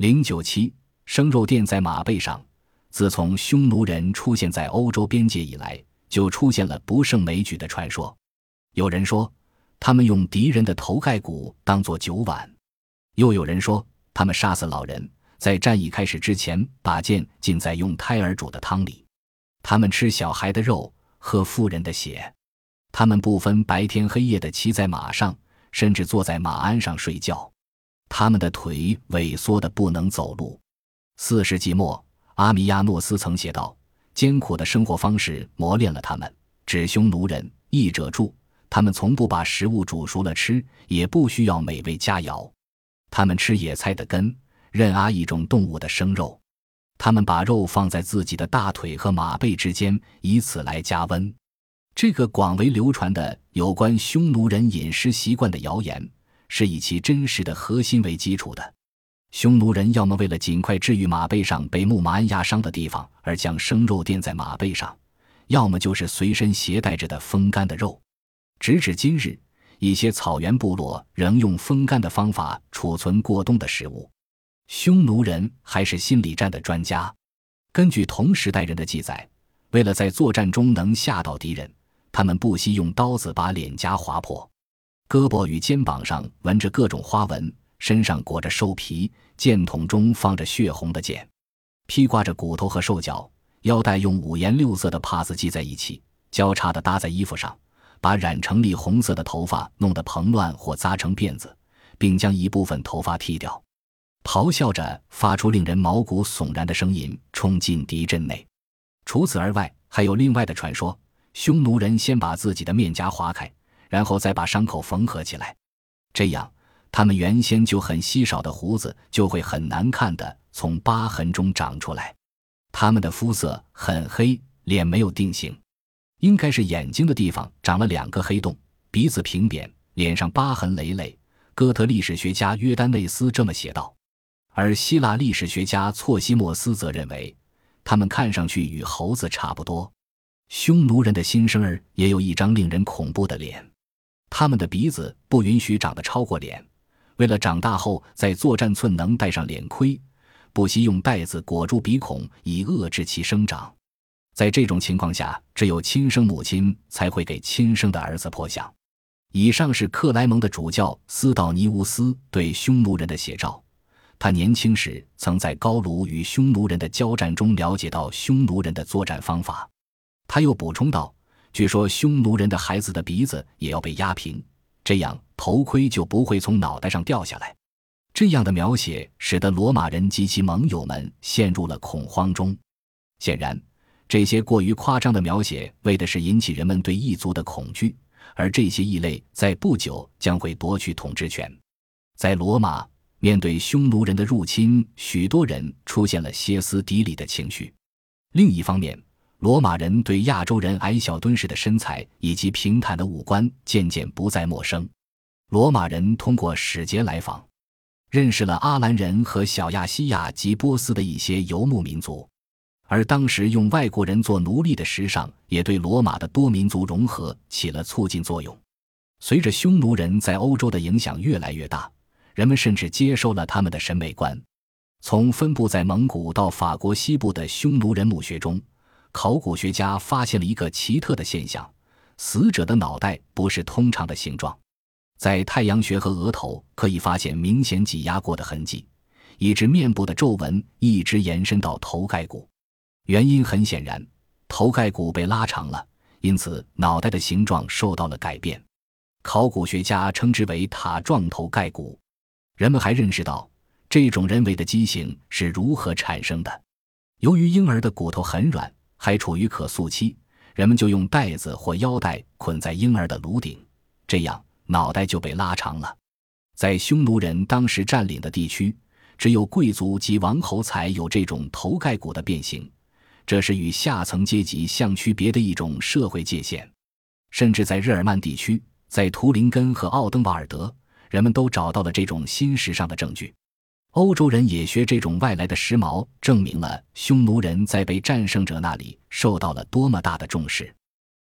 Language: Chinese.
097生肉垫在马背上。自从匈奴人出现在欧洲边界以来，就出现了不胜枚举的传说。有人说，他们用敌人的头盖骨当作酒碗；又有人说，他们杀死老人，在战役开始之前把剑浸在用胎儿煮的汤里。他们吃小孩的肉，喝妇人的血。他们不分白天黑夜地骑在马上，甚至坐在马鞍上睡觉。他们的腿萎缩得不能走路。4世纪末，阿米亚诺斯曾写道，艰苦的生活方式磨练了他们。指匈奴人。译者注：他们从不把食物煮熟了吃，也不需要美味佳肴。他们吃野菜的根，任阿一种动物的生肉。他们把肉放在自己的大腿和马背之间，以此来加温。这个广为流传的有关匈奴人饮食习惯的谣言，是以其真实的核心为基础的。匈奴人要么为了尽快治愈马背上被木马鞍压伤的地方而将生肉垫在马背上，要么就是随身携带着的风干的肉。直至今日，一些草原部落仍用风干的方法储存过冬的食物。匈奴人还是心理战的专家。根据同时代人的记载，为了在作战中能吓倒敌人，他们不惜用刀子把脸颊划破。胳膊与肩膀上纹着各种花纹，身上裹着兽皮，箭筒中放着血红的箭，披挂着骨头和兽脚，腰带用5颜6色的帕子系在一起，交叉地搭在衣服上，把染成栗红色的头发弄得蓬乱或扎成辫子，并将一部分头发剃掉，咆哮着发出令人毛骨悚然的声音，冲进敌阵内。除此而外，还有另外的传说，匈奴人先把自己的面颊划开，然后再把伤口缝合起来，这样他们原先就很稀少的胡子就会很难看地从疤痕中长出来。他们的肤色很黑，脸没有定型，应该是眼睛的地方长了2个黑洞，鼻子平扁，脸上疤痕累累。哥特历史学家约丹内斯这么写道。而希腊历史学家错西莫斯则认为，他们看上去与猴子差不多。匈奴人的新生儿也有一张令人恐怖的脸，他们的鼻子不允许长得超过脸，为了长大后在作战寸能戴上脸盔，不惜用带子裹住鼻孔，以遏制其生长。在这种情况下，只有亲生母亲才会给亲生的儿子破相。以上是克莱蒙的主教斯道尼乌斯对匈奴人的写照。他年轻时曾在高卢与匈奴人的交战中了解到匈奴人的作战方法。他又补充道，据说匈奴人的孩子的鼻子也要被压平，这样头盔就不会从脑袋上掉下来。这样的描写使得罗马人及其盟友们陷入了恐慌中。显然，这些过于夸张的描写为的是引起人们对异族的恐惧，而这些异类在不久将会夺取统治权。在罗马，面对匈奴人的入侵，许多人出现了歇斯底里的情绪。另一方面，罗马人对亚洲人矮小敦实的身材以及平坦的五官渐渐不再陌生。罗马人通过使节来访，认识了阿兰人和小亚细亚及波斯的一些游牧民族，而当时用外国人做奴隶的时尚也对罗马的多民族融合起了促进作用。随着匈奴人在欧洲的影响越来越大，人们甚至接受了他们的审美观。从分布在蒙古到法国西部的匈奴人墓穴中，考古学家发现了一个奇特的现象，死者的脑袋不是通常的形状，在太阳穴和额头可以发现明显挤压过的痕迹，以致面部的皱纹一直延伸到头盖骨。原因很显然，头盖骨被拉长了，因此脑袋的形状受到了改变。考古学家称之为塔状头盖骨。人们还认识到这种人为的畸形是如何产生的。由于婴儿的骨头很软，还处于可塑期，人们就用带子或腰带捆在婴儿的颅顶，这样脑袋就被拉长了。在匈奴人当时占领的地区，只有贵族及王侯才有这种头盖骨的变形，这是与下层阶级相区别的一种社会界限。甚至在日耳曼地区，在图林根和奥登瓦尔德，人们都找到了这种新时尚的证据。欧洲人也学这种外来的时髦，证明了匈奴人在被战胜者那里受到了多么大的重视。